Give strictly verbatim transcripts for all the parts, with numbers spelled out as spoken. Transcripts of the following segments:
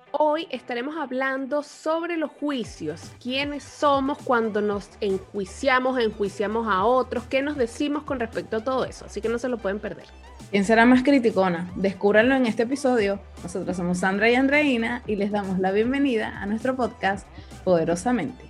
Hoy estaremos hablando sobre los juicios, quiénes somos cuando nos enjuiciamos, enjuiciamos a otros, qué nos decimos con respecto a todo eso, así que no se lo pueden perder. ¿Quién será más criticona? Descúbranlo en este episodio. Nosotros somos Sandra y Andreina y les damos la bienvenida a nuestro podcast Poderosamente.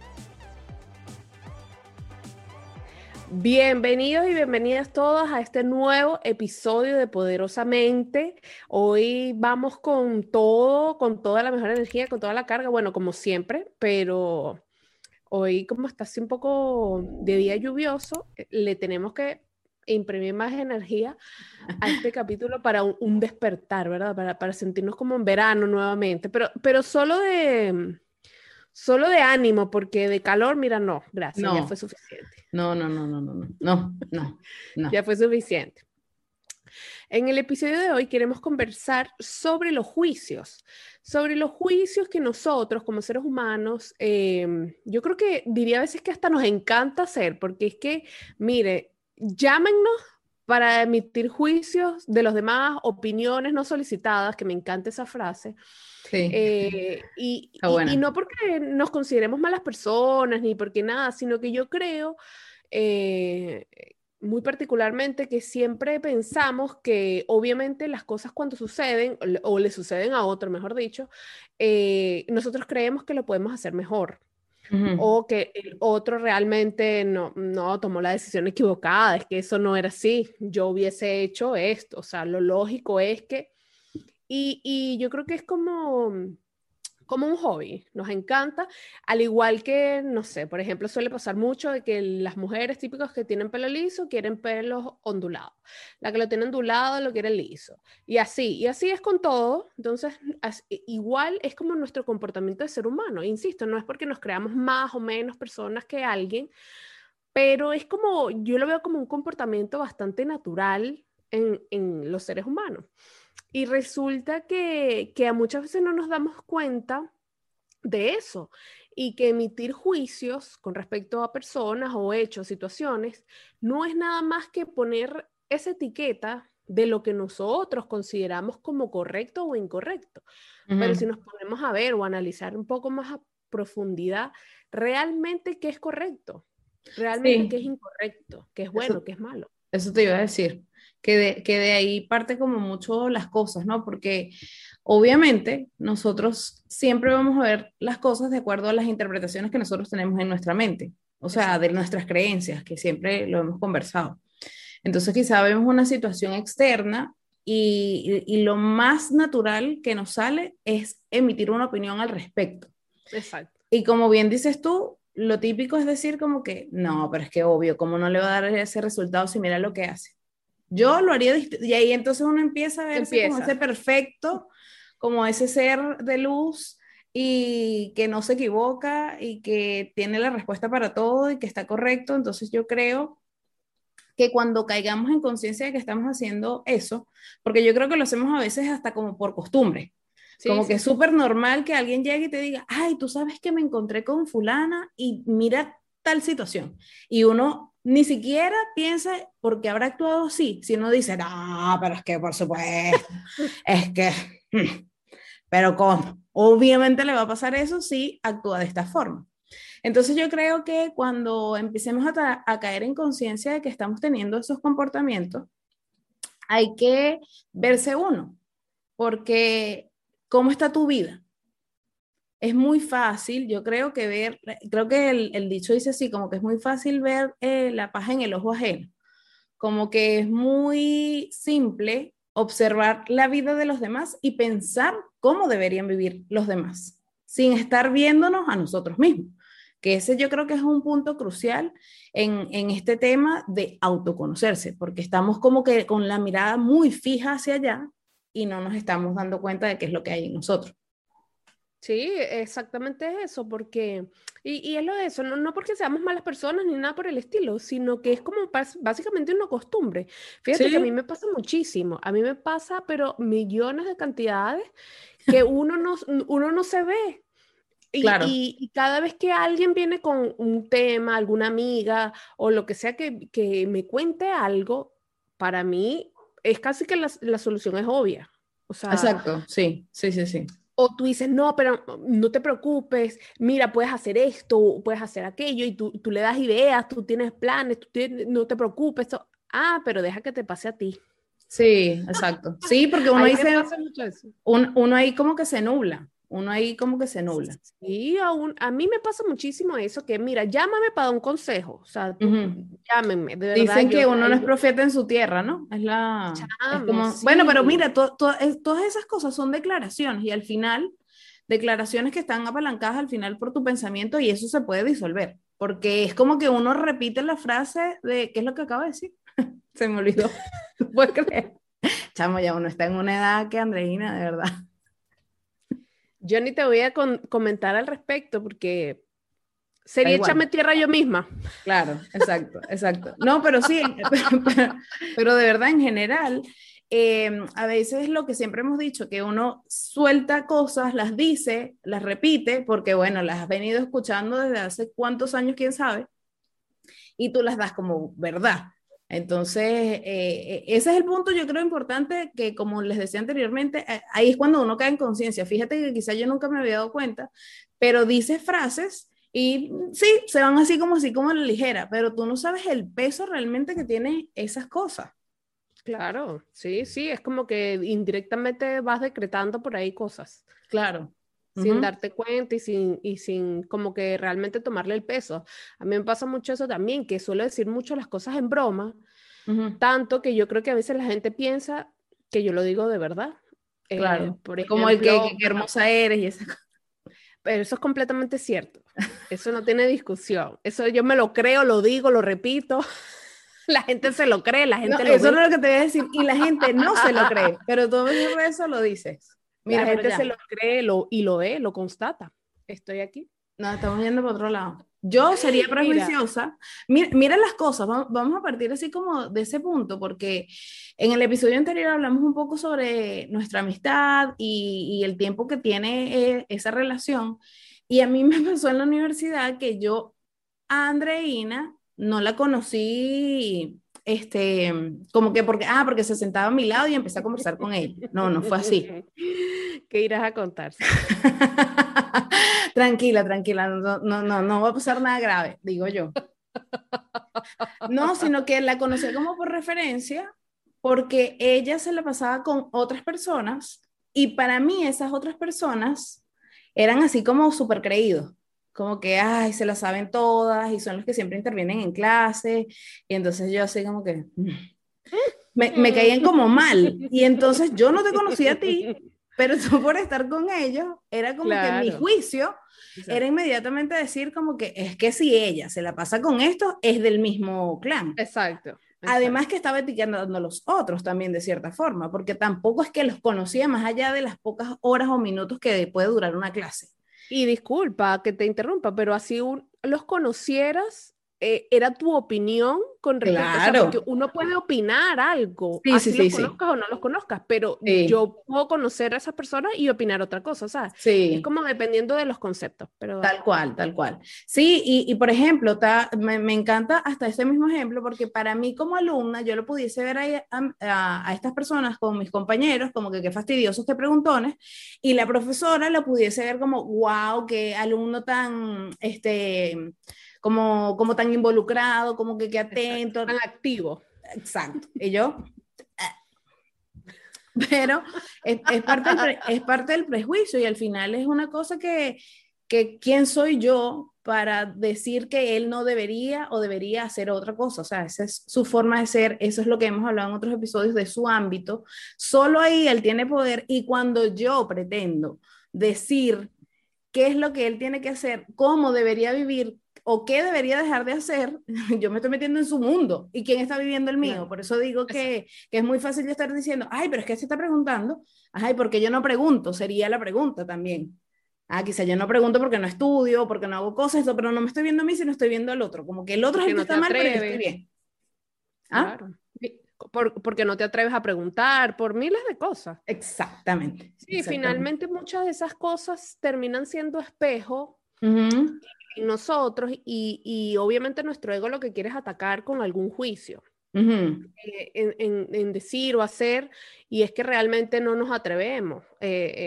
Bienvenidos y bienvenidas todas a este nuevo episodio de Poderosamente. Hoy vamos con todo, con toda la mejor energía, con toda la carga, bueno, como siempre, pero hoy como está así un poco de día lluvioso, le tenemos que imprimir más energía a este capítulo para un, un despertar, ¿verdad? Para, para sentirnos como en verano nuevamente, pero, pero solo de... Solo de ánimo, porque de calor, mira, no, gracias, ya fue No, suficiente. no, no, no, no, no, no, no, no, Ya no. fue suficiente. En el episodio de hoy queremos conversar sobre los juicios, sobre los juicios que nosotros como seres humanos, eh, yo creo que diría a veces que hasta nos encanta hacer, porque es que, mire, llámennos para emitir juicios de los demás, opiniones no solicitadas, que me encanta esa frase, Sí, eh, y, está y, y buena. no porque nos consideremos malas personas, ni porque nada, sino que yo creo... Eh, muy particularmente que siempre pensamos que obviamente las cosas cuando suceden o le, o le suceden a otro, mejor dicho, eh, nosotros creemos que lo podemos hacer mejor Ujú. o que el otro realmente no, no tomó la decisión equivocada, es que eso no era así, yo hubiese hecho esto, o sea, lo lógico es que, y, y yo creo que es como como un hobby, nos encanta, al igual que, no sé, por ejemplo, suele pasar mucho de que las mujeres típicas que tienen pelo liso quieren pelos ondulados, la que lo tiene ondulado lo quiere liso, y así, y así es con todo, entonces, as, igual es como nuestro comportamiento de ser humano, insisto, no es porque nos creamos más o menos personas que alguien, pero es como, yo lo veo como un comportamiento bastante natural en, en los seres humanos. Y resulta que, que a muchas veces no nos damos cuenta de eso y que emitir juicios con respecto a personas o hechos, situaciones, no es nada más que poner esa etiqueta de lo que nosotros consideramos como correcto o incorrecto. Pero si Ujú. nos ponemos a ver o analizar un poco más a profundidad, realmente qué es correcto, realmente qué Sí, es incorrecto, qué es bueno, eso, qué es malo. eso te iba a decir, que de, que de ahí parte como mucho las cosas, ¿no? Porque obviamente nosotros siempre vamos a ver las cosas de acuerdo a las interpretaciones que nosotros tenemos en nuestra mente, o sea, de Exacto. nuestras creencias, que siempre lo hemos conversado. Entonces quizá vemos una situación externa y, y, y lo más natural que nos sale es emitir una opinión al respecto. Exacto. Y como bien dices tú, lo típico es decir como que, no, pero es que obvio, ¿cómo no le va a dar ese resultado si mira lo que hace? Yo lo haría, dist- y ahí entonces uno empieza a verse como ese Empieza. perfecto, como ese ser de luz y que no se equivoca y que tiene la respuesta para todo y que está correcto. Entonces yo creo que cuando caigamos en conciencia de que estamos haciendo eso, porque yo creo que lo hacemos a veces hasta como por costumbre, Sí, como que sí, es sí. súper normal que alguien llegue y te diga, ay, tú sabes que me encontré con fulana y mira tal situación. Y uno ni siquiera piensa por qué habrá actuado así, sino dice, no, pero es que por supuesto, es que, hmm, pero ¿cómo? Obviamente le va a pasar eso si actúa de esta forma. Entonces yo creo que cuando empecemos a, tra- a caer en conciencia de que estamos teniendo esos comportamientos, hay que verse uno, porque ¿cómo está tu vida? Es muy fácil, yo creo que ver, creo que el, el dicho dice así, como que es muy fácil ver eh, la paja en el ojo ajeno, como que es muy simple observar la vida de los demás y pensar cómo deberían vivir los demás, sin estar viéndonos a nosotros mismos. Que ese yo creo que es un punto crucial en, en este tema de autoconocerse, porque estamos como que con la mirada muy fija hacia allá y no nos estamos dando cuenta de qué es lo que hay en nosotros. Sí, exactamente eso, porque, y, y es lo de eso, no, no porque seamos malas personas ni nada por el estilo, sino que es como pas- básicamente una costumbre. Fíjate que a mí Sí, me pasa muchísimo, a mí me pasa, pero millones de cantidades que uno no, uno no se ve. Y, claro, y- y cada vez que alguien viene con un tema, alguna amiga o lo que sea que, que me cuente algo, para mí es casi que la, la solución es obvia. O sea, exacto, sí, sí, sí, sí. O tú dices, no, pero no te preocupes, mira, puedes hacer esto, puedes hacer aquello, y tú, tú le das ideas, tú tienes planes, tú tienes, no te preocupes. to- Ah, pero deja que te pase a ti. Sí, exacto. Sí, porque uno Ahí ahí me se, pasa mucho eso. un- uno ahí como que se nubla, uno ahí como que se nubla. Sí, aún, a mí me pasa muchísimo eso, que mira, llámame para dar un consejo, o sea, tú Ujú. llámenme, de verdad, Dicen yo, que uno no es ahí- profeta en su tierra, ¿no? Es la, es chamo, como, bueno, pero sí, mira, to- to- es- todas esas cosas son declaraciones y al final, declaraciones que están apalancadas al final por tu pensamiento y eso se puede disolver, porque es como que uno repite la frase de, ¿qué es lo que acabo de decir? Se me olvidó. ¿Tú puedes creer? Chamo, ya uno está en una edad que Andreina, de verdad. yo ni te voy a con- comentar al respecto porque Da sería igual. echarme tierra yo misma. Claro, exacto, exacto. No, pero sí, pero, pero de verdad en general, eh, a veces lo que siempre hemos dicho, que uno suelta cosas, las dice, las repite, porque bueno, las has venido escuchando desde hace cuántos años, quién sabe, y tú las das como verdad. Entonces, eh, eh, ese es el punto, yo creo, importante, que como les decía anteriormente, eh, ahí es cuando uno cae en conciencia. Fíjate que quizá yo nunca me había dado cuenta, pero dices frases y mm, sí, se van así como así como a la ligera, pero tú no sabes el peso realmente que tienen esas cosas. Claro, sí, sí, es como que indirectamente vas decretando por ahí cosas, Claro. sin Ujú, darte cuenta y sin, y sin como que realmente tomarle el peso. A mí me pasa mucho eso también, que suelo decir mucho las cosas en broma, ujú, tanto que yo creo que a veces la gente piensa que yo lo digo de verdad. Eh, claro. por Como el que, ejemplo, que, que hermosa eres y esa cosa. pero eso es completamente cierto. Eso no tiene discusión. Eso yo me lo creo, lo digo, lo repito. La gente se lo cree, la No, gente lo eso no ve. es lo que te voy a decir. Y la gente no se lo cree, pero todo eso lo dices. La Mira para gente se allá. lo cree lo, y lo ve, lo constata. Estoy aquí. No, estamos yendo para otro lado. Yo sería Mira, prejuiciosa. Mira, mira las cosas, vamos, vamos a partir así como de ese punto, porque en el episodio anterior hablamos un poco sobre nuestra amistad y, y el tiempo que tiene eh, esa relación. Y a mí me pasó en la universidad que yo a Andreina no la conocí, este, como que porque, ah, porque se sentaba a mi lado y empecé a conversar con ella. No, no fue así. ¿qué irás a contar, Sara? Tranquila, tranquila, no, no, no, no va a pasar nada grave, digo yo. No, sino que la conocía como por referencia, porque ella se la pasaba con otras personas y para mí esas otras personas eran así como súper creídos, como que, ay, se la saben todas y son los que siempre intervienen en clase y entonces yo así como que mm, me, me caían como mal y entonces yo no te conocía a ti, pero tú por estar con ellos, era como que mi Claro, juicio era exacto, inmediatamente decir como que es que si ella se la pasa con esto, es del mismo clan. exacto, Además exacto. que estaba etiquetando a los otros también de cierta forma, porque tampoco es que los conocía más allá de las pocas horas o minutos que puede durar una clase. Y disculpa que te interrumpa, pero así un- los conocieras, eh, era tu opinión con respecto, o sea, porque Claro. uno puede opinar algo, Sí, sí, así los sí, sí. conozcas o no los conozcas, pero Sí, yo puedo conocer a esas personas y opinar otra cosa, o sea, es sí. como dependiendo de los conceptos, pero dale. Tal cual, tal cual. Sí, y, y por ejemplo, ta- me, me encanta hasta ese mismo ejemplo, porque para mí como alumna, yo lo pudiese ver ahí a, a, a estas personas con mis compañeros, como que qué fastidiosos, qué preguntones, y la profesora lo pudiese ver como, wow, qué alumno tan, este, como, como tan involucrado, como que qué Exacto, atento. tan activo. Exacto. Y yo, pero es, es parte del pre- es parte del prejuicio y al final es una cosa que, que ¿quién soy yo para decir que él no debería o debería hacer otra cosa? O sea, esa es su forma de ser, eso es lo que hemos hablado en otros episodios de su ámbito. Solo ahí él tiene poder y cuando yo pretendo decir qué es lo que él tiene que hacer, cómo debería vivir o qué debería dejar de hacer, yo me estoy metiendo en su mundo y quién está viviendo el mío. Claro, Por eso digo exacto. que, que es muy fácil yo estar diciendo, ay, pero es que se está preguntando, ay, porque yo no pregunto, sería la pregunta también. Ah, quizá yo no pregunto porque no estudio, porque no hago cosas, pero no me estoy viendo a mí, sino estoy viendo al otro. Como que el otro es el Porque que no te está mal, pero yo estoy atreves, bien. ¿Ah? claro. Y- por- porque no te atreves a preguntar, por miles de cosas. Exactamente, Sí, exactamente. finalmente muchas de esas cosas terminan siendo espejo Ujú, en nosotros y, y obviamente nuestro ego lo que quiere es atacar con algún juicio, ujú. eh, en, en- en decir o hacer, y es que realmente no nos atrevemos. Eh, eh,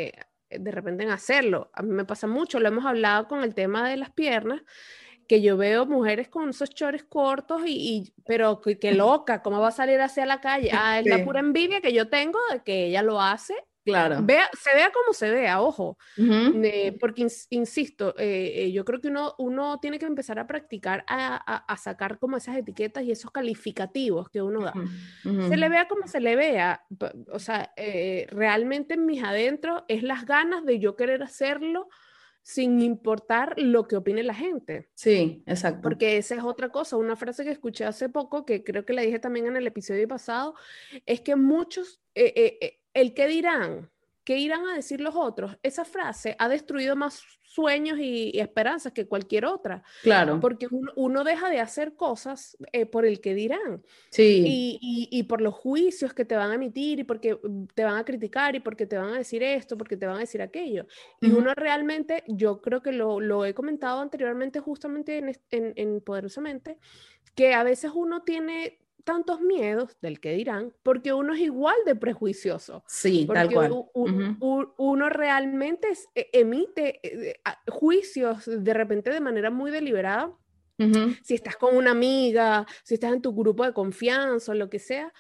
de repente en hacerlo. A mí me pasa mucho, lo hemos hablado con el tema de las piernas, que yo veo mujeres con esos chores cortos y, y pero qué que loca, ¿cómo va a salir hacia la calle? Ah, es la Sí, pura envidia que yo tengo de que ella lo hace. claro. Vea, se vea como se vea, ojo. Ujú, Eh, porque, ins- insisto, eh, eh, yo creo que uno, uno tiene que empezar a practicar a, a- a sacar como esas etiquetas y esos calificativos que uno da. ujú, ujú. Se le vea como se le vea. p- O sea, eh, realmente en mis adentros es las ganas de yo querer hacerlo sin importar lo que opine la gente. Sí, exacto. Porque esa es otra cosa, una frase que escuché hace poco, que creo que la dije también en el episodio pasado, es que muchos, eh, eh, eh, el qué dirán, qué irán a decir los otros, esa frase ha destruido más sueños y, y esperanzas que cualquier otra, Claro. porque uno, uno deja de hacer cosas eh, por el que dirán. Sí. Y, y, y por los juicios que te van a emitir y porque mm, te van a criticar y porque te van a decir esto, porque te van a decir aquello. Y Ujú, uno realmente, yo creo que lo, lo he comentado anteriormente justamente en, est- en, en Poderosamente, que a veces uno tiene tantos miedos del que dirán, porque uno es igual de prejuicioso, sí, tal porque cual. u- u- Ujú, u- uno realmente es- e- emite eh, a- juicios de repente de manera muy deliberada. ujú. Si estás con una amiga, si estás en tu grupo de confianza o lo que sea,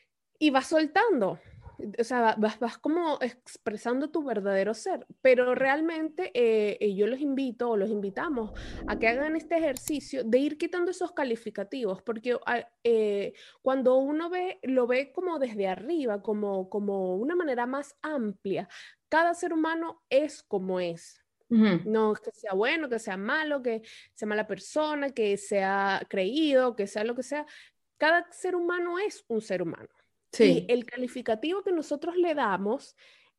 y vas soltando. O sea, vas, vas como expresando tu verdadero ser, pero realmente eh, eh, yo los invito o los invitamos a que hagan este ejercicio de ir quitando esos calificativos, porque ah, eh, cuando uno ve, lo ve como desde arriba, como, como una manera más amplia, cada ser humano es como es. Ujú. No es que sea bueno, que sea malo, que sea mala persona, que sea creído, que sea lo que sea. Cada ser humano es un ser humano. Y Sí, el calificativo que nosotros le damos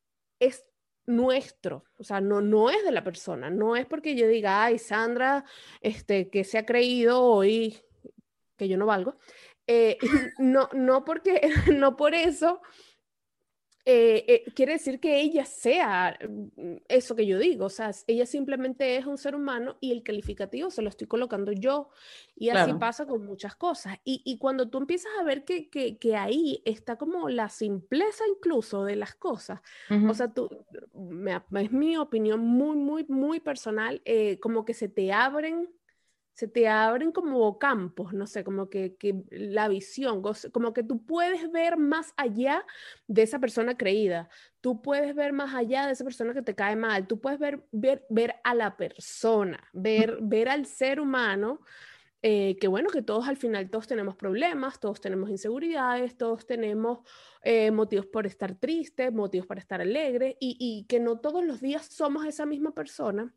es nuestro, o sea, no, no es de la persona, no es porque yo diga, ay, Sandra, este, que se ha creído hoy que yo no valgo. Eh, no, no porque, no por eso eh, eh, quiere decir que ella sea mm, eso que yo digo, o sea, ella simplemente es un ser humano y el calificativo se lo estoy colocando yo y así claro. pasa con muchas cosas. Y, y cuando tú empiezas a ver que, que, que ahí está como la simpleza incluso de las cosas, o Ujú. sea, tú, me, es mi opinión muy, muy, muy personal, eh, como que se te abren se te abren como campos, no sé, como que, que la visión, como que tú puedes ver más allá de esa persona creída, tú puedes ver más allá de esa persona que te cae mal, tú puedes ver, ver, ver a la persona, ver, ver al ser humano, eh, que bueno, que todos al final, todos tenemos problemas, todos tenemos inseguridades, todos tenemos eh, motivos por estar tristes, motivos para estar alegres, y, y que no todos los días somos esa misma persona.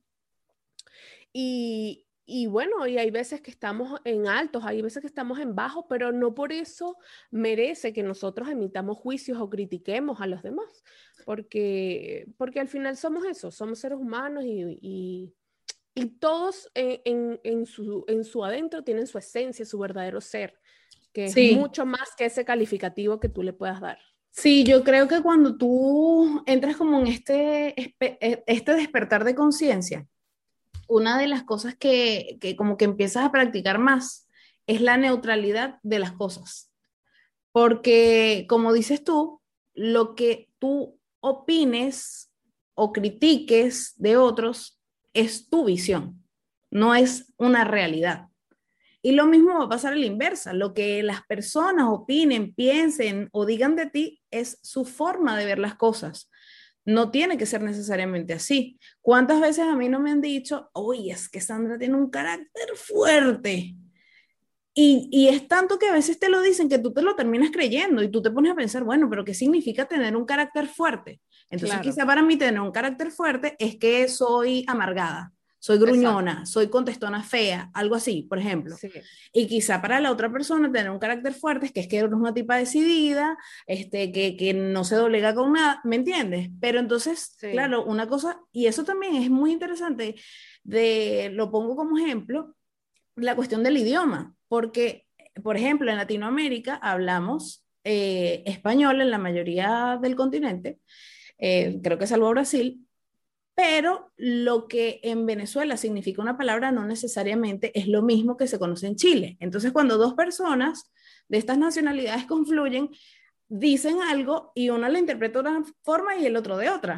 Y, y bueno, y hay veces que estamos en altos, hay veces que estamos en bajos, pero no por eso merece que nosotros emitamos juicios o critiquemos a los demás, porque, porque al final somos eso, somos seres humanos y, y, y todos en, en, en su, en su adentro tienen su esencia, su verdadero ser, que es Sí, mucho más que ese calificativo que tú le puedas dar. sí, yo creo que cuando tú entras como en este, espe- e- este despertar de conciencia, una de las cosas que, que como que empiezas a practicar más es la neutralidad de las cosas. Porque, como dices tú, lo que tú opines o critiques de otros es tu visión, no es una realidad. Y lo mismo va a pasar a la inversa. Lo que las personas opinen, piensen o digan de ti es su forma de ver las cosas. No tiene que ser necesariamente así. ¿Cuántas veces a mí no me han dicho, oye, es que Sandra tiene un carácter fuerte? Y, y es tanto que a veces te lo dicen que tú te lo terminas creyendo y tú te pones a pensar, bueno, pero ¿qué significa tener un carácter fuerte? Entonces Claro, quizá para mí tener un carácter fuerte es que soy amargada, soy exacto. gruñona, soy contestona fea, algo así, por ejemplo. Sí, Y quizá para la otra persona tener un carácter fuerte es que es que eres una tipa decidida, este, que, que no se doblega con nada, ¿me entiendes? Pero entonces, sí. claro, una cosa, y eso también es muy interesante, de, lo pongo como ejemplo, la cuestión del idioma, porque, por ejemplo, en Latinoamérica hablamos eh, español en la mayoría del continente, eh, creo que salvo Brasil, pero lo que en Venezuela significa una palabra no necesariamente es lo mismo que se conoce en Chile. Entonces, cuando dos personas de estas nacionalidades confluyen, dicen algo y uno la interpreta de una forma y el otro de otra.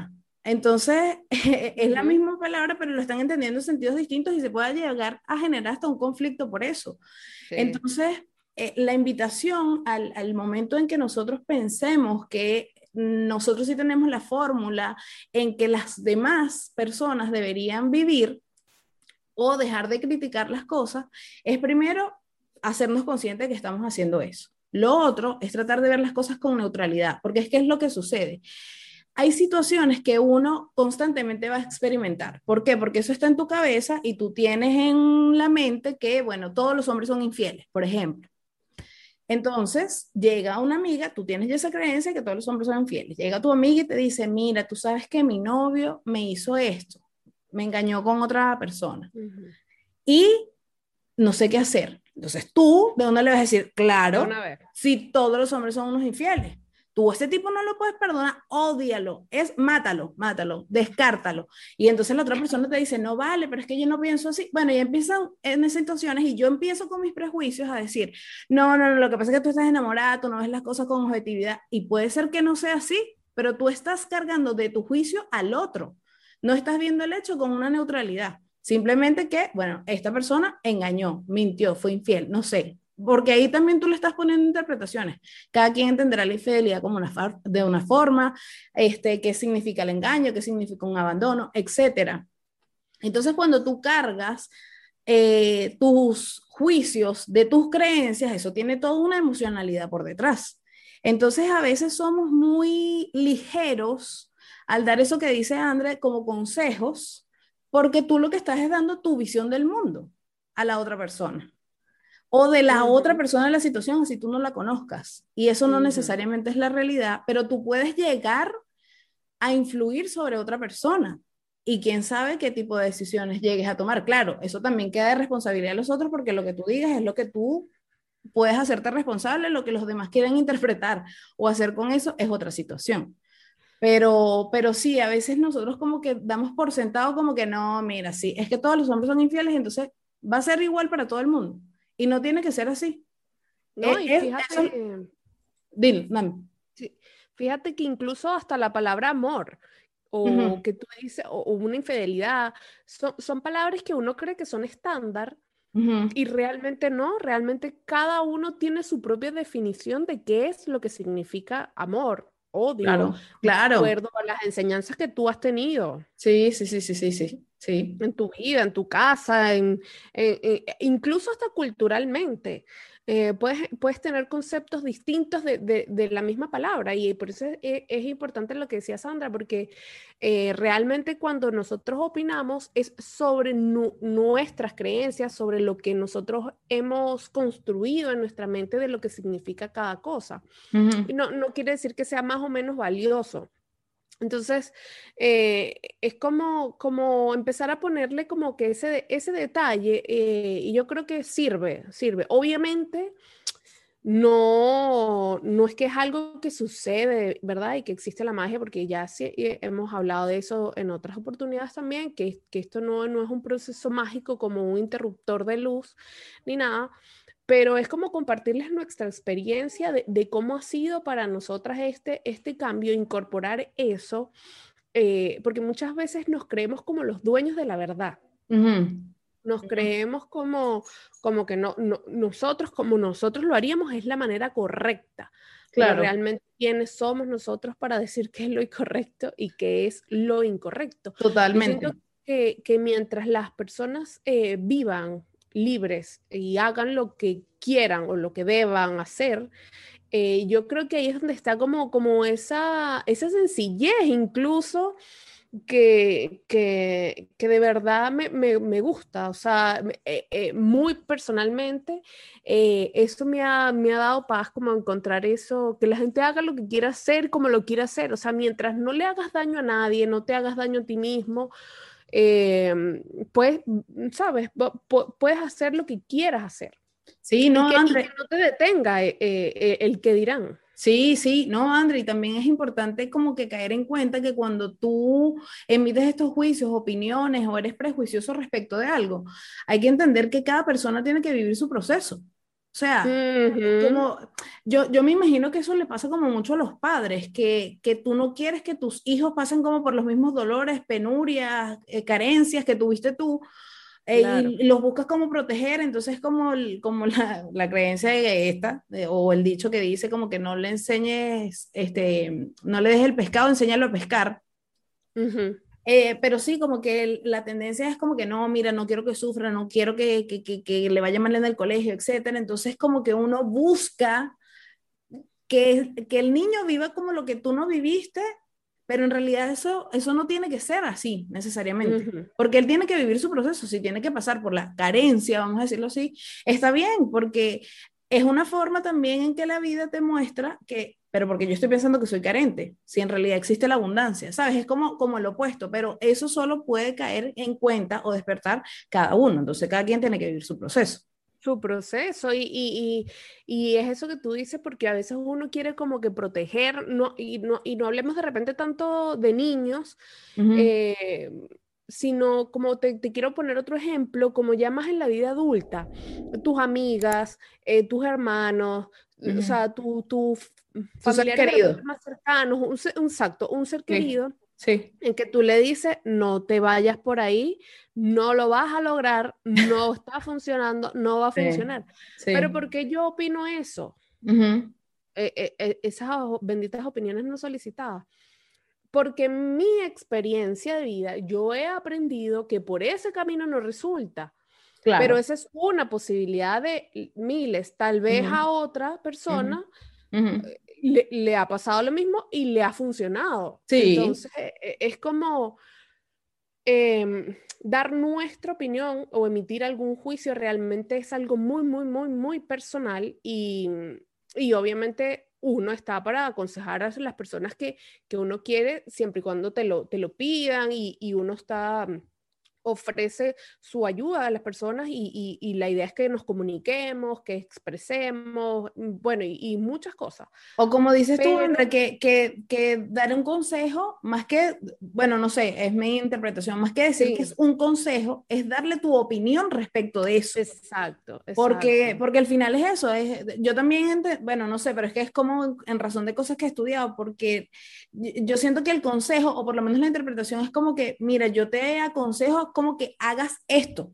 Entonces, es la Ujú. misma palabra, pero lo están entendiendo en sentidos distintos y se puede llegar a generar hasta un conflicto por eso. Sí. Entonces, eh, la invitación al, al momento en que nosotros pensemos que nosotros sí tenemos la fórmula en que las demás personas deberían vivir o dejar de criticar las cosas, es primero hacernos conscientes de que estamos haciendo eso. Lo otro es tratar de ver las cosas con neutralidad, porque es que es lo que sucede. Hay situaciones que uno constantemente va a experimentar. ¿Por qué? Porque eso está en tu cabeza y tú tienes en la mente que, bueno, todos los hombres son infieles, por ejemplo. Entonces, llega una amiga, tú tienes ya esa creencia que todos los hombres son infieles. Llega tu amiga y te dice, mira, tú sabes que mi novio me hizo esto, me engañó con otra persona Ujú. y no sé qué hacer. Entonces, tú, ¿de dónde le vas a decir? De Claro, una vez. si todos los hombres son unos infieles. Tú a este tipo no lo puedes perdonar, ódialo, es mátalo, mátalo, descártalo. Y entonces la otra persona te dice, no vale, pero es que yo no pienso así. Bueno, y empiezan en esas situaciones y yo empiezo con mis prejuicios a decir, no, no, no, lo que pasa es que tú estás enamorada, tú no ves las cosas con objetividad y puede ser que no sea así, pero tú estás cargando de tu juicio al otro. No estás viendo el hecho con una neutralidad. Simplemente que, bueno, esta persona engañó, mintió, fue infiel, no sé, porque ahí también tú le estás poniendo interpretaciones. Cada quien entenderá la infidelidad como una de una forma, este, qué significa el engaño, qué significa un abandono, etcétera. Entonces, cuando tú cargas eh, tus juicios de tus creencias, eso tiene toda una emocionalidad por detrás. Entonces, a veces somos muy ligeros al dar eso que dice André como consejos, porque tú lo que estás es dando tu visión del mundo a la otra persona o de la otra Ujú. persona en la situación, así tú no la conozcas. Y eso no Ujú. necesariamente es la realidad, pero tú puedes llegar a influir sobre otra persona. Y quién sabe qué tipo de decisiones llegues a tomar. Claro, eso también queda de responsabilidad de los otros porque lo que tú digas es lo que tú puedes hacerte responsable, lo que los demás quieren interpretar o hacer con eso es otra situación. Pero, pero sí, a veces nosotros como que damos por sentado como que no, mira, sí, es que todos los hombres son infieles, entonces va a ser igual para todo el mundo. Y no tiene que ser así. No, Es, y es, eso, fíjate, dile, dame. sí, fíjate que incluso hasta la palabra amor o Ujú, que tú dices, o, o una infidelidad, son, son palabras que uno cree que son estándar ujú, y realmente no, realmente cada uno tiene su propia definición de qué es lo que significa amor, odio, claro, de claro. acuerdo a las enseñanzas que tú has tenido Sí, sí, sí, sí, sí, sí, sí. en tu vida, en tu casa, en, en- en- incluso hasta culturalmente. Eh, puedes, puedes tener conceptos distintos de, de- de la misma palabra y por eso es, es- es importante lo que decía Sandra, porque eh, realmente cuando nosotros opinamos es sobre nu- nuestras creencias, sobre lo que nosotros hemos construido en nuestra mente de lo que significa cada cosa. Y Ujú. no, no quiere decir que sea más o menos valioso. Entonces, eh, es como, como empezar a ponerle como que ese, ese detalle eh, y yo creo que sirve, sirve. Obviamente, no, no es que es algo que sucede, ¿verdad? Y que existe la magia, porque ya sí, eh, hemos hablado de eso en otras oportunidades también, que, que esto no, no es un proceso mágico como un interruptor de luz ni nada, pero es como compartirles nuestra experiencia de, de cómo ha sido para nosotras este, este cambio, incorporar eso, eh, porque muchas veces nos creemos como los dueños de la verdad. Ujú, Nos ujú. creemos como, como que no, no, nosotros, como nosotros lo haríamos, es la manera correcta, pero Claro, realmente, ¿quiénes somos nosotros para decir qué es lo incorrecto y qué es lo incorrecto? Yo siento totalmente. que, que mientras las personas eh, vivan libres y hagan lo que quieran o lo que deban hacer, eh, yo creo que ahí es donde está como, como esa, esa sencillez incluso que, que, que de verdad me, me, me gusta. O sea, me- eh, eh, muy personalmente, eh, eso me ha, me ha dado paz como encontrar eso, que la gente haga lo que quiera hacer como lo quiera hacer. O sea, mientras no le hagas daño a nadie, no te hagas daño a ti mismo, eh, pues, sabes, Pu- pu- puedes hacer lo que quieras hacer. Sí, Y no, que, y que André. no te detenga eh, eh, eh, el que dirán. Sí, sí, no, André, y también es importante como que caer en cuenta que cuando tú emites estos juicios, opiniones o eres prejuicioso respecto de algo, hay que entender que cada persona tiene que vivir su proceso. O sea, Ujú. como yo, yo me imagino que eso le pasa como mucho a los padres, que, que tú no quieres que tus hijos pasen como por los mismos dolores, penurias, eh, carencias que tuviste tú, eh, Claro. y los buscas como proteger, entonces como, el- como la, la creencia de esta, de- o el dicho que dice como que no le enseñes, este, no le des el pescado, enséñalo a pescar. Ujú. Eh, pero sí, como que el- la tendencia es como que no, mira, no quiero que sufra, no quiero que, que, que, que le vaya mal en el colegio, etcétera. Entonces, como que uno busca que, que el niño viva como lo que tú no viviste, pero en realidad eso, eso no tiene que ser así necesariamente, Ujú. porque él tiene que vivir su proceso, si tiene que pasar por la carencia, vamos a decirlo así, está bien, porque es una forma también en que la vida te muestra que, pero porque yo estoy pensando que soy carente, si en realidad existe la abundancia, ¿sabes? Es como, como el opuesto, pero eso solo puede caer en cuenta o despertar cada uno, entonces cada quien tiene que vivir su proceso. Su proceso y, y, y, y es eso que tú dices porque a veces uno quiere como que proteger no, y, no, y no hablemos de repente tanto de niños, Ujú, eh, sino como te, te quiero poner otro ejemplo, como ya más en la vida adulta, tus amigas, eh, tus hermanos, o ujú. sea, tus tu Sus seres familiares de repente queridos. más cercanos, un, se- un exacto, un ser Sí, querido sí, en que tú le dices, no te vayas por ahí, no lo vas a lograr, no está funcionando, no va a sí, funcionar. Pero sí. ¿por qué yo opino eso? Ujú, Eh, eh, eh, esas o- benditas opiniones no solicitadas. Porque en mi experiencia de vida, yo he aprendido que por ese camino no resulta. Pero claro. esa es una posibilidad de miles. Tal vez Ujú, a otra ujú, persona ujú. le, le ha pasado lo mismo y le ha funcionado. Sí. Entonces, eh, es como em, dar nuestra opinión o emitir algún juicio realmente es algo muy, muy, muy, muy personal y, y obviamente uno está para aconsejar a las personas que, que uno quiere siempre y cuando te lo, te lo pidan y, y uno está ofrece su ayuda a las personas y, y, y la idea es que nos comuniquemos, que expresemos, bueno, y, y muchas cosas. O como dices tú, André, Pero que, que, que dar un consejo, más que, bueno, no sé, es mi interpretación, más que decir que es sí, un consejo, es darle tu opinión respecto de eso. exacto, Porque, exacto. porque al final es eso, es, yo también, ente- bueno, no sé, pero es que es como en razón de cosas que he estudiado, porque yo yo siento que el consejo, o por lo menos la interpretación, es como que, mira, yo te aconsejo como que hagas esto.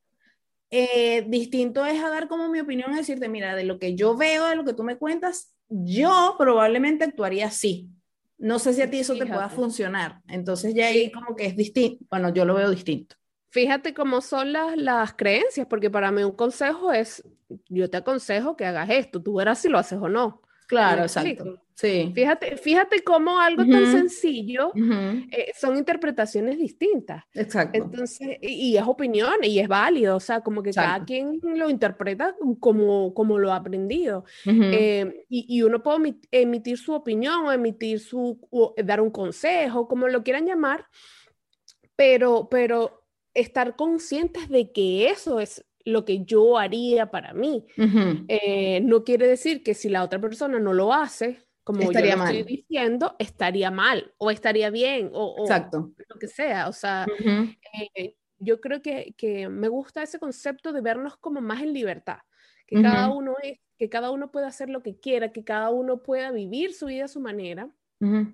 Eh, distinto es a dar como mi opinión, a decirte, mira, de lo que yo veo, de lo que tú me cuentas, yo probablemente actuaría así. No sé si a ti eso te pueda Fíjate. funcionar. Entonces ya ahí Fí- como que es distinto. Bueno, yo lo veo distinto. Fíjate cómo son las, las creencias, porque para mí un consejo es, yo te aconsejo que hagas esto, tú verás si lo haces o no. ¿Me Claro, exacto. explico? Sí. Fíjate, fíjate cómo algo tan Ujú, sencillo ujú. eh, son interpretaciones distintas. Exacto. Entonces, y, y es opinión y es válido, o sea, como que cada Exacto. quien lo interpreta como, como lo ha aprendido. Ujú, Eh, y, y uno puede emi- emitir su opinión o emitir su, o dar un consejo, como lo quieran llamar, pero, pero estar conscientes de que eso es lo que yo haría para mí. ujú. Eh, no quiere decir que si la otra persona no lo hace, como yo Estaría lo estoy mal. diciendo, estaría mal o estaría bien o, o Exacto. lo que sea. O sea, Ujú, eh, yo creo que, que me gusta ese concepto de vernos como más en libertad, que cada ujú, uno es, que cada uno pueda hacer lo que quiera, que cada uno pueda vivir su vida a su manera. ujú,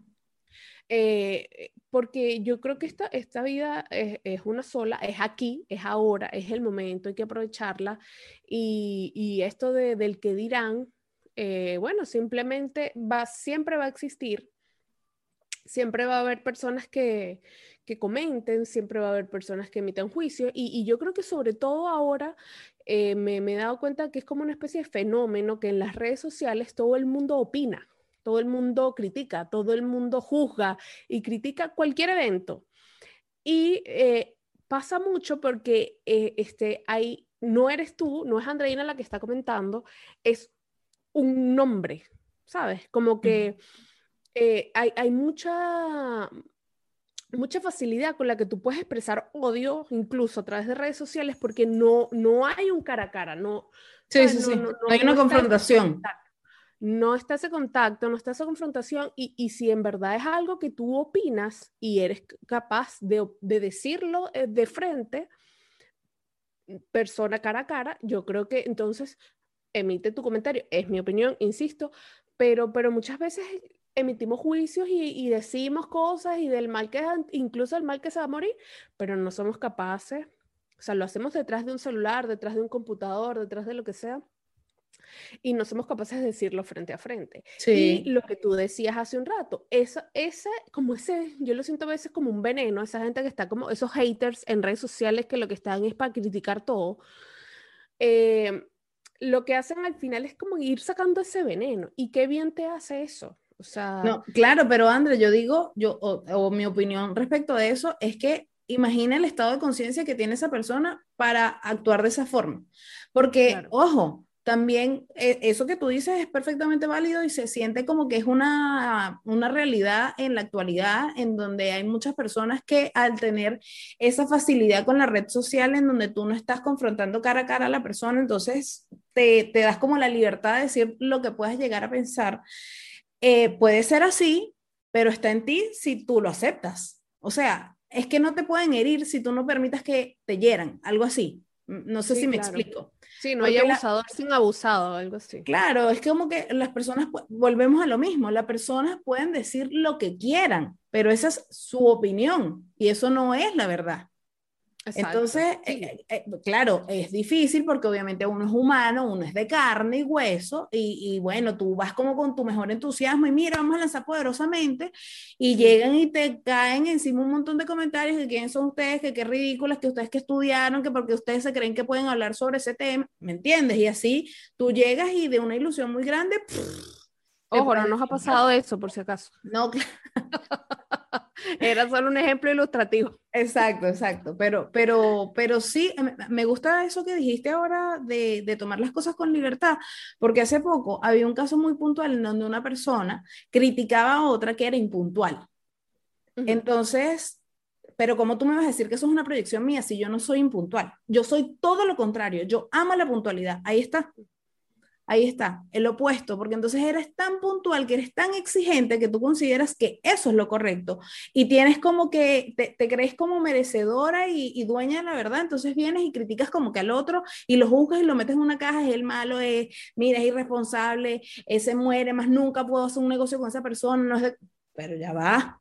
Eh, porque yo creo que esta, esta vida es, es una sola, es aquí, es ahora, es el momento, hay que aprovecharla. Y, y esto de, del que dirán, eh, bueno, simplemente va, siempre va a existir, siempre va a haber personas que, que comenten, siempre va a haber personas que emitan juicio. Y, y yo creo que sobre todo ahora eh, me, me he dado cuenta que es como una especie de fenómeno que en las redes sociales todo el mundo opina. Todo el mundo critica, todo el mundo juzga y critica cualquier evento. Y eh, pasa mucho porque eh, este, hay, no eres tú, no es Andreina la que está comentando, es un nombre, ¿sabes? Como que eh, hay, hay mucha, mucha facilidad con la que tú puedes expresar odio, incluso a través de redes sociales, porque no, no hay un cara a cara, no, sí, ¿sabes? sí, No, sí. no, No hay no, no una está ese confrontación. contacto. No está ese contacto, no está esa confrontación y, y si en verdad es algo que tú opinas y eres capaz de, de decirlo eh, de frente, persona cara a cara, yo creo que entonces emite tu comentario, es mi opinión, insisto, pero, pero muchas veces emitimos juicios y, y decimos cosas y del mal que, incluso el mal que se va a morir, pero no somos capaces, o sea, lo hacemos detrás de un celular, detrás de un computador, detrás de lo que sea, y no somos capaces de decirlo frente a frente. Sí. Y lo que tú decías hace un rato, esa, ese, como ese, yo lo siento a veces como un veneno, esa gente que está como, esos haters en redes sociales que lo que están es para criticar todo, eh, lo que hacen al final es como ir sacando ese veneno. ¿Y qué bien te hace eso? O sea, No, claro, pero André, yo digo, yo, o, o mi opinión respecto a eso es que imagina el estado de conciencia que tiene esa persona para actuar de esa forma. Porque, claro, ojo, también eh, eso que tú dices es perfectamente válido y se siente como que es una, una realidad en la actualidad, en donde hay muchas personas que al tener esa facilidad con la red social, en donde tú no estás confrontando cara a cara a la persona, entonces te, te das como la libertad de decir lo que puedas llegar a pensar. Eh, puede ser así, pero está en ti si tú lo aceptas. O sea, es que no te pueden herir si tú no permitas que te hieran, algo así. No sé si sí, me claro. explico. Sí, no hay Porque la, abusador sin abusado, algo así. claro, es como que las personas, volvemos a lo mismo, las personas pueden decir lo que quieran, pero esa es su opinión y eso no es la verdad. Exacto, Entonces, sí. eh, eh, claro, es difícil porque obviamente uno es humano, uno es de carne y hueso, y, y, bueno, tú vas como con tu mejor entusiasmo y mira, vamos a lanzar poderosamente, y Mm. llegan y te caen encima un montón de comentarios de quién son ustedes, que qué ridículas, que ustedes que estudiaron, que porque ustedes se creen que pueden hablar sobre ese tema, ¿me entiendes? Y así tú llegas y de una ilusión muy grande, pff, te Ojo, no puedes nos ha descontar. pasado eso, por si acaso. No, Era solo un ejemplo ilustrativo. exacto, exacto, pero, pero, pero sí, me, me gusta eso que dijiste ahora de, de tomar las cosas con libertad, porque hace poco había un caso muy puntual en donde una persona criticaba a otra que era impuntual. Ujú. Entonces, pero ¿cómo tú me vas a decir que eso es una proyección mía si yo no soy impuntual? Yo soy todo lo contrario, yo amo la puntualidad, ahí está. Ahí está, el opuesto, porque entonces eres tan puntual, que eres tan exigente que tú consideras que eso es lo correcto y tienes como que te, te crees como merecedora y, y, dueña de la verdad, entonces vienes y criticas como que al otro y lo juzgas y lo metes en una caja, es el malo, es, mira, es irresponsable, ese muere, más nunca puedo hacer un negocio con esa persona, no es de... pero ya va,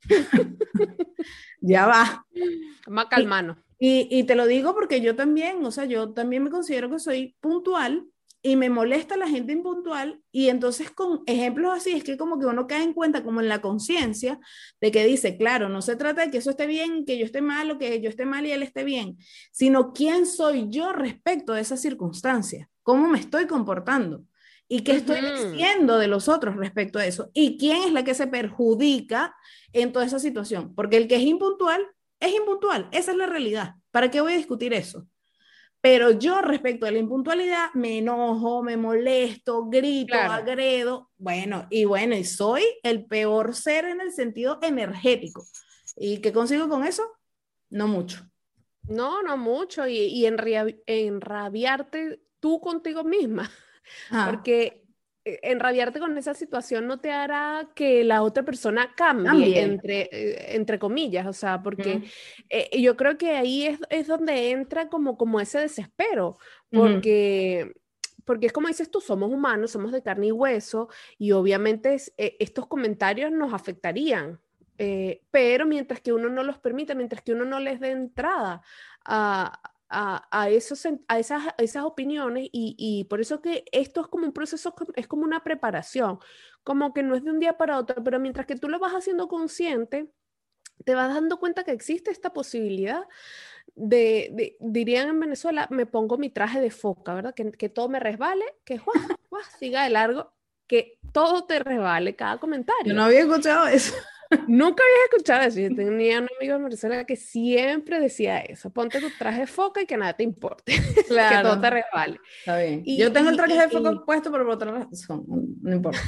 ya va. Más Y, calmano. y, y te lo digo porque yo también, o sea, yo también me considero que soy puntual y me molesta la gente impuntual y entonces con ejemplos así es que como que uno cae en cuenta como en la conciencia de que dice, claro, no se trata de que eso esté bien, que yo esté mal o que yo esté mal y él esté bien, sino quién soy yo respecto de esa circunstancia, cómo me estoy comportando y qué estoy Ujú. diciendo de los otros respecto a eso y quién es la que se perjudica en toda esa situación, porque el que es impuntual es impuntual, esa es la realidad. ¿Para qué voy a discutir eso? Pero yo respecto a la impuntualidad me enojo, me molesto, grito, Claro. agredo, bueno, y bueno, y soy el peor ser en el sentido energético. ¿Y qué consigo con eso? No mucho. No, no mucho. Y, y enria- enrabiarte tú contigo misma. Ah, Porque eh, enrabiarte con esa situación no te hará que la otra persona cambie, también. entre, eh, entre comillas, o sea, porque Mm, eh, yo creo que ahí es, es donde entra como, como ese desespero, ujú. porque, porque es como dices tú, somos humanos, somos de carne y hueso, y obviamente es- eh, estos comentarios nos afectarían. Eh, pero mientras que uno no los permita, mientras que uno no les dé entrada a, a, a, esos, a, esas, a esas opiniones y, y por eso que esto es como un proceso, es como una preparación, como que no es de un día para otro, pero mientras que tú lo vas haciendo consciente, te vas dando cuenta que existe esta posibilidad de, de dirían en Venezuela, me pongo mi traje de foca, ¿verdad? Que, que todo me resbale, que ¡guau! ¡Guau! Siga de largo, que todo te resbale, cada Yo no comentario. había escuchado eso. Nunca había escuchado eso. Yo tenía un amigo en Venezuela que siempre decía eso. Ponte tu traje de foca y que nada te importe, que todo te Claro, resbale. está bien. Yo Y, tengo el traje y, de foco y, puesto, pero por otra razón, no, no importa.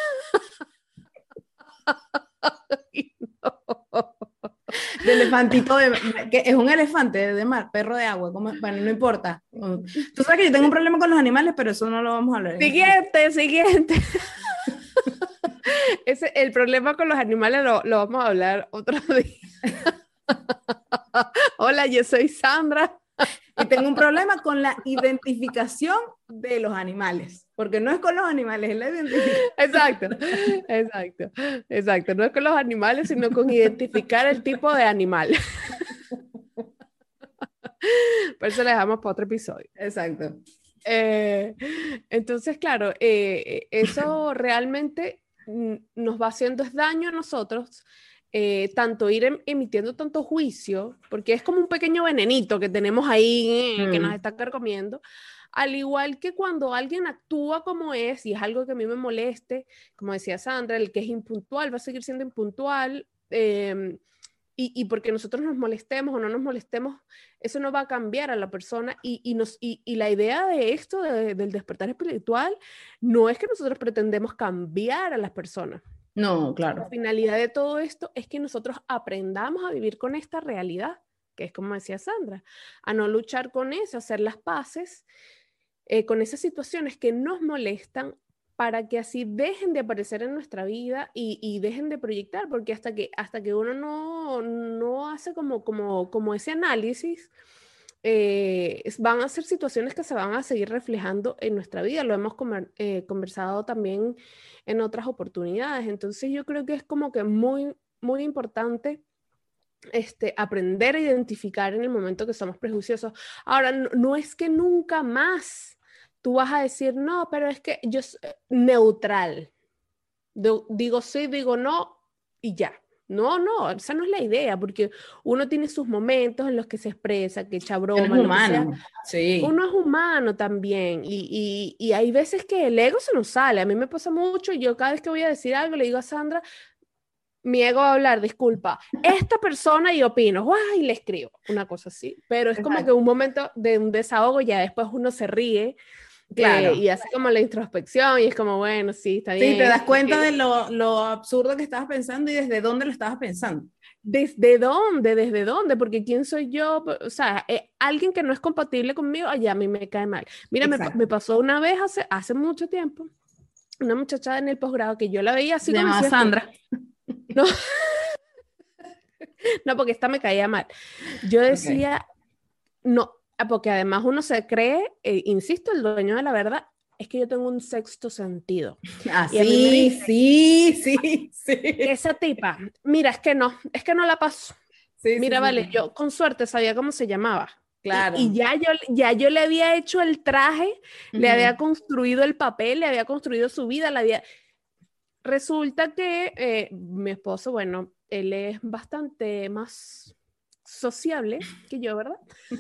y no. De elefantito, de, que es un elefante de mar, perro de agua, como, bueno, no importa. Tú sabes que yo tengo un problema con los animales, pero eso no lo vamos a hablar en este momento. Siguiente, siguiente. Ese, el problema con los animales lo, lo vamos a hablar otro día. Hola, yo soy Sandra. Y tengo un problema con la identificación de los animales, porque no es con los animales, es la identificación. Exacto, exacto, exacto. No es con los animales, sino con identificar el tipo de animal. Por eso le dejamos para otro episodio. Exacto. Eh, entonces, claro, eh, eso realmente mm, nos va haciendo es daño a nosotros, eh, tanto ir em- emitiendo tanto juicio, porque es como un pequeño venenito que tenemos ahí eh, que nos Mm. está carcomiendo, al igual que cuando alguien actúa como es, y es algo que a mí me moleste, como decía Sandra, el que es impuntual va a seguir siendo impuntual. Eh, y, y porque nosotros nos molestemos o no nos molestemos, eso no va a cambiar a la persona y, y, nos, y, y la idea de esto, de, del despertar espiritual, no es que nosotros pretendemos cambiar a las personas. No, La claro. finalidad de todo esto es que nosotros aprendamos a vivir con esta realidad, que es como decía Sandra, a no luchar con eso, a hacer las paces eh, con esas situaciones que nos molestan para que así dejen de aparecer en nuestra vida y, y dejen de proyectar, porque hasta que, hasta que uno no, no hace como, como, como ese análisis, eh, van a ser situaciones que se van a seguir reflejando en nuestra vida. Lo hemos comer, eh, conversado también en otras oportunidades. Entonces yo creo que es como que muy, muy importante este, aprender a identificar en el momento que somos prejuiciosos. Ahora, no, no es que nunca más tú vas a decir, no, pero es que yo soy neutral. Do, digo sí, digo no y ya. No, no, esa no es la idea, porque uno tiene sus momentos en los que se expresa, que echa Eres broma, lo que sea. humano. Sí. Uno es humano también y, y, y hay veces que el ego se nos sale. A mí me pasa mucho y yo cada vez que voy a decir algo le digo a Sandra, mi ego va a hablar, disculpa, esta persona y opino, ¡guay! Y le escribo, una cosa así, pero es como que Exacto. un momento de un desahogo, ya después uno se ríe eh, Claro. y hace como la introspección y es como, bueno, sí, está Sí, te bien. das cuenta de lo, lo absurdo que estabas pensando y desde dónde lo estabas pensando. ¿Desde dónde? ¿Desde dónde? Porque ¿quién soy yo? O sea, eh, alguien que no es compatible conmigo, allá a mí me cae mal. Mira, me, Exacto. me pasó una vez hace, hace mucho tiempo, una muchacha en el posgrado que yo la veía así Se como llamaba decías tú. Sandra. No, no, porque esta me caía mal. Yo Ok. decía, no, ah, porque además uno se cree, eh, insisto, el dueño de la verdad, es que yo tengo un sexto sentido. Ah, Y a mí me sí, dice, sí, sí, sí. esa tipa, mira, es que no, es que no la paso. Sí, sí, Mira, sí, vale, sí. yo con suerte sabía cómo se llamaba. Y, y Claro. ya, yo, ya yo le había hecho el traje, le Ujú. había construido el papel, le había construido su vida, le había... Resulta que eh, mi esposo, bueno, él es bastante más sociable que yo, ¿verdad?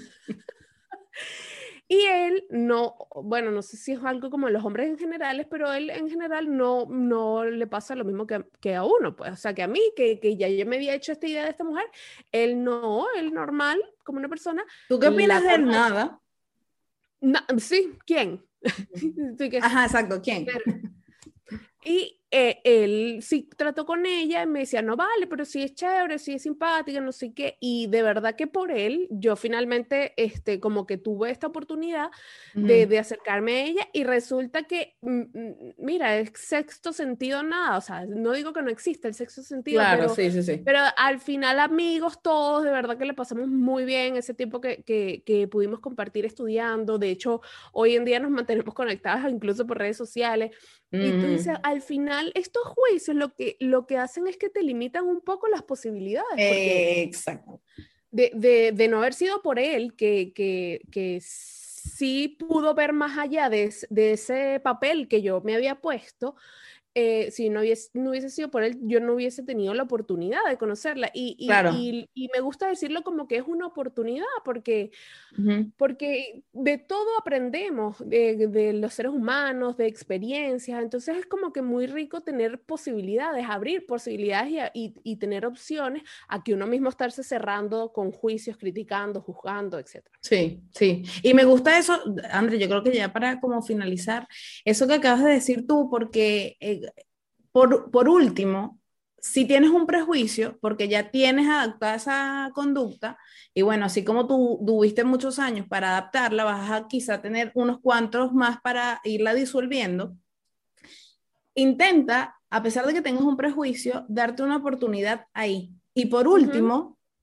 Y él no, bueno, no sé si es algo como los hombres en general, pero él en general no, no le pasa lo mismo que, que a uno, pues, o sea, que a mí, que, que ya yo me había hecho esta idea de esta mujer, él no, él normal, como una persona, ¿Tú qué opinas la de él? conoce. Nada. Na- sí, ¿quién? Sí, que Ajá, exacto. ¿Quién? y eh, él sí trató con ella y me decía, no vale, pero sí es chévere, sí es simpática, no sé qué. Y de verdad que por él, yo finalmente, este, como que tuve esta oportunidad de, Ujú. de acercarme a ella y resulta que, mm, mm, mira, es sexto sentido nada, o sea, no digo que no exista el sexto sentido, Claro, pero, sí, sí, sí. pero al final amigos todos, de verdad que le pasamos muy bien ese tiempo que, que, que pudimos compartir estudiando. De hecho, hoy en día nos mantenemos conectadas incluso por redes sociales. Y tú dices, Ujú. al final estos juicios lo que, lo que hacen es que te limitan un poco las posibilidades, porque Eh, exacto. de, de, de no haber sido por él, que, que, que sí pudo ver más allá de, de ese papel que yo me había puesto, eh, si no hubiese, no hubiese sido por él, yo no hubiese tenido la oportunidad de conocerla. Y, y, Claro. y, y me gusta decirlo como que es una oportunidad, porque Ujú. porque de todo aprendemos, de, de los seres humanos, de experiencias, entonces es como que muy rico tener posibilidades, abrir posibilidades y, y, y tener opciones a que uno mismo estarse cerrando con juicios, criticando, juzgando, etcétera. Sí, sí. Y me gusta eso, André, yo creo que ya para como finalizar, eso que acabas de decir tú, porque eh, por, por último, si tienes un prejuicio, porque ya tienes adaptada esa conducta, y bueno, así como tú tuviste muchos años para adaptarla, vas a quizá tener unos cuantos más para irla disolviendo. Intenta, a pesar de que tengas un prejuicio, darte una oportunidad ahí. Y por Uh -huh. último,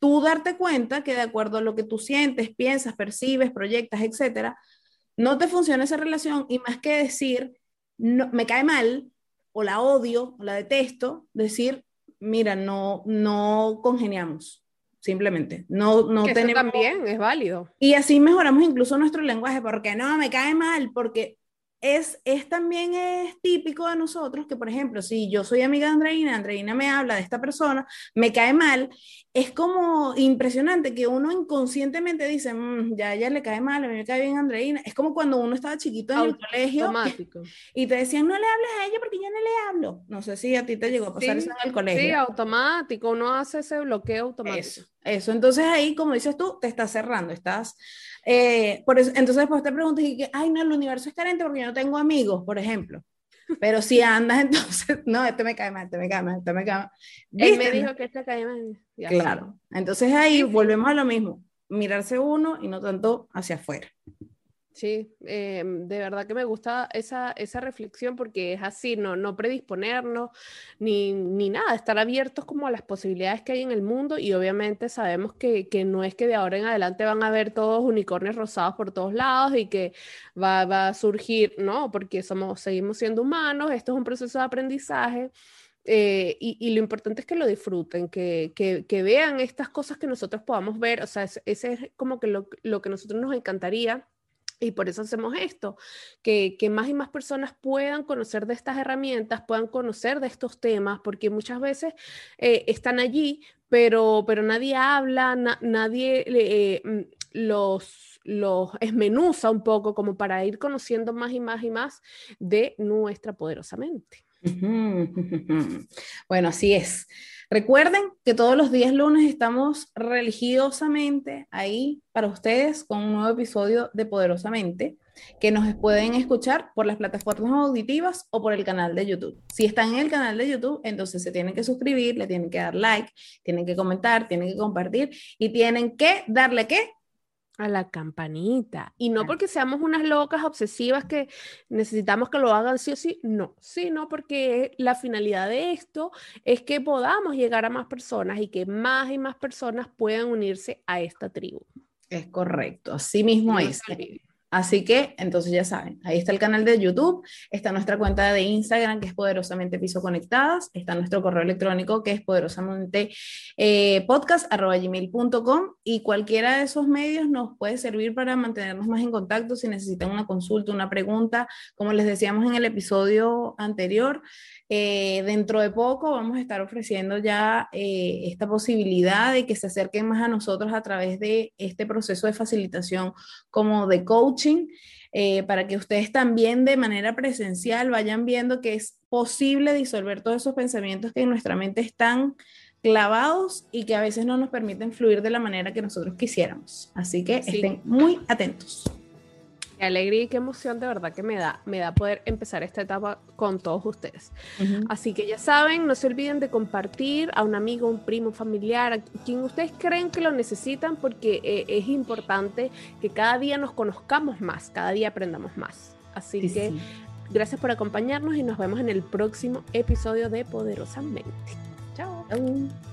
tú darte cuenta que de acuerdo a lo que tú sientes, piensas, percibes, proyectas, etcétera, no te funciona esa relación y más que decir, no, me cae mal, o la odio, o la detesto, decir, mira, no, no congeniamos, simplemente, no, no Que eso tenemos... también es válido. Y así mejoramos incluso nuestro lenguaje, porque no, me cae mal, porque es, es también es típico de nosotros que, por ejemplo, si yo soy amiga de Andreina, Andreina me habla de esta persona, me cae mal, es como impresionante que uno inconscientemente dice, "Mm, ya a ella le cae mal, a mí me cae bien Andreina". Es como cuando uno estaba chiquito en el colegio Automático. y te decían, no le hables a ella porque yo no le hablo. No sé si a ti te llegó a pasar eso Sí, en el sí, colegio. automático, uno hace ese bloqueo Eso, automático. eso. Entonces ahí, como dices tú, te estás cerrando, estás... eh, por eso, entonces después te preguntas y que, ay, no, el universo es carente porque yo no tengo amigos, por ejemplo. Pero si andas, entonces, no, este me cae mal, este me cae mal, este me cae mal. Él me ¿Viste? ¿No? dijo que esta calle me... Y así. Claro. Entonces ahí Sí, sí. volvemos a lo mismo, mirarse uno y no tanto hacia afuera. Sí, eh, de verdad que me gusta esa, esa reflexión porque es así, no, no predisponernos ni, ni nada, estar abiertos como a las posibilidades que hay en el mundo y obviamente sabemos que, que no es que de ahora en adelante van a haber todos unicornios rosados por todos lados y que va, va a surgir, no, porque somos, seguimos siendo humanos, esto es un proceso de aprendizaje. Eh, y, y lo importante es que lo disfruten, que, que, que vean estas cosas que nosotros podamos ver, o sea, ese, ese es como que lo, lo que a nosotros nos encantaría. Y por eso hacemos esto, que, que más y más personas puedan conocer de estas herramientas, puedan conocer de estos temas, porque muchas veces eh, están allí, pero, pero nadie habla, na, nadie eh, los, los esmenuza un poco como para ir conociendo más y más y más de nuestra poderosa mente. Bueno, así es. Recuerden que todos los días lunes estamos religiosamente ahí para ustedes con un nuevo episodio de Poderosamente, que nos pueden escuchar por las plataformas auditivas o por el canal de YouTube. Si están en el canal de YouTube, entonces se tienen que suscribir, le tienen que dar like, tienen que comentar, tienen que compartir y tienen que darle ¿qué? A la campanita. Y no porque seamos unas locas obsesivas que necesitamos que lo hagan sí o sí, no, sino porque la finalidad de esto es que podamos llegar a más personas y que más y más personas puedan unirse a esta tribu. Es correcto, así mismo No es. se olviden. Así que, entonces ya saben, ahí está el canal de YouTube, está nuestra cuenta de Instagram que es Poderosamente Piso Conectadas, está nuestro correo electrónico que es poderosamente eh, podcast arroba gmail punto com y cualquiera de esos medios nos puede servir para mantenernos más en contacto si necesitan una consulta, una pregunta, como les decíamos en el episodio anterior. Eh, dentro de poco vamos a estar ofreciendo ya eh, esta posibilidad de que se acerquen más a nosotros a través de este proceso de facilitación como de coaching, eh, para que ustedes también de manera presencial vayan viendo que es posible disolver todos esos pensamientos que en nuestra mente están clavados y que a veces no nos permiten fluir de la manera que nosotros quisiéramos. Así que Sí. estén muy atentos. Qué alegría y qué emoción de verdad que me da, me da poder empezar esta etapa con todos ustedes. Uh-huh. Así que ya saben, no se olviden de compartir a un amigo, un primo, un familiar, a quien ustedes creen que lo necesitan, porque eh, es importante que cada día nos conozcamos más, cada día aprendamos más. Así sí, que sí. Gracias por acompañarnos y nos vemos en el próximo episodio de Poderosamente. Chao. Chao.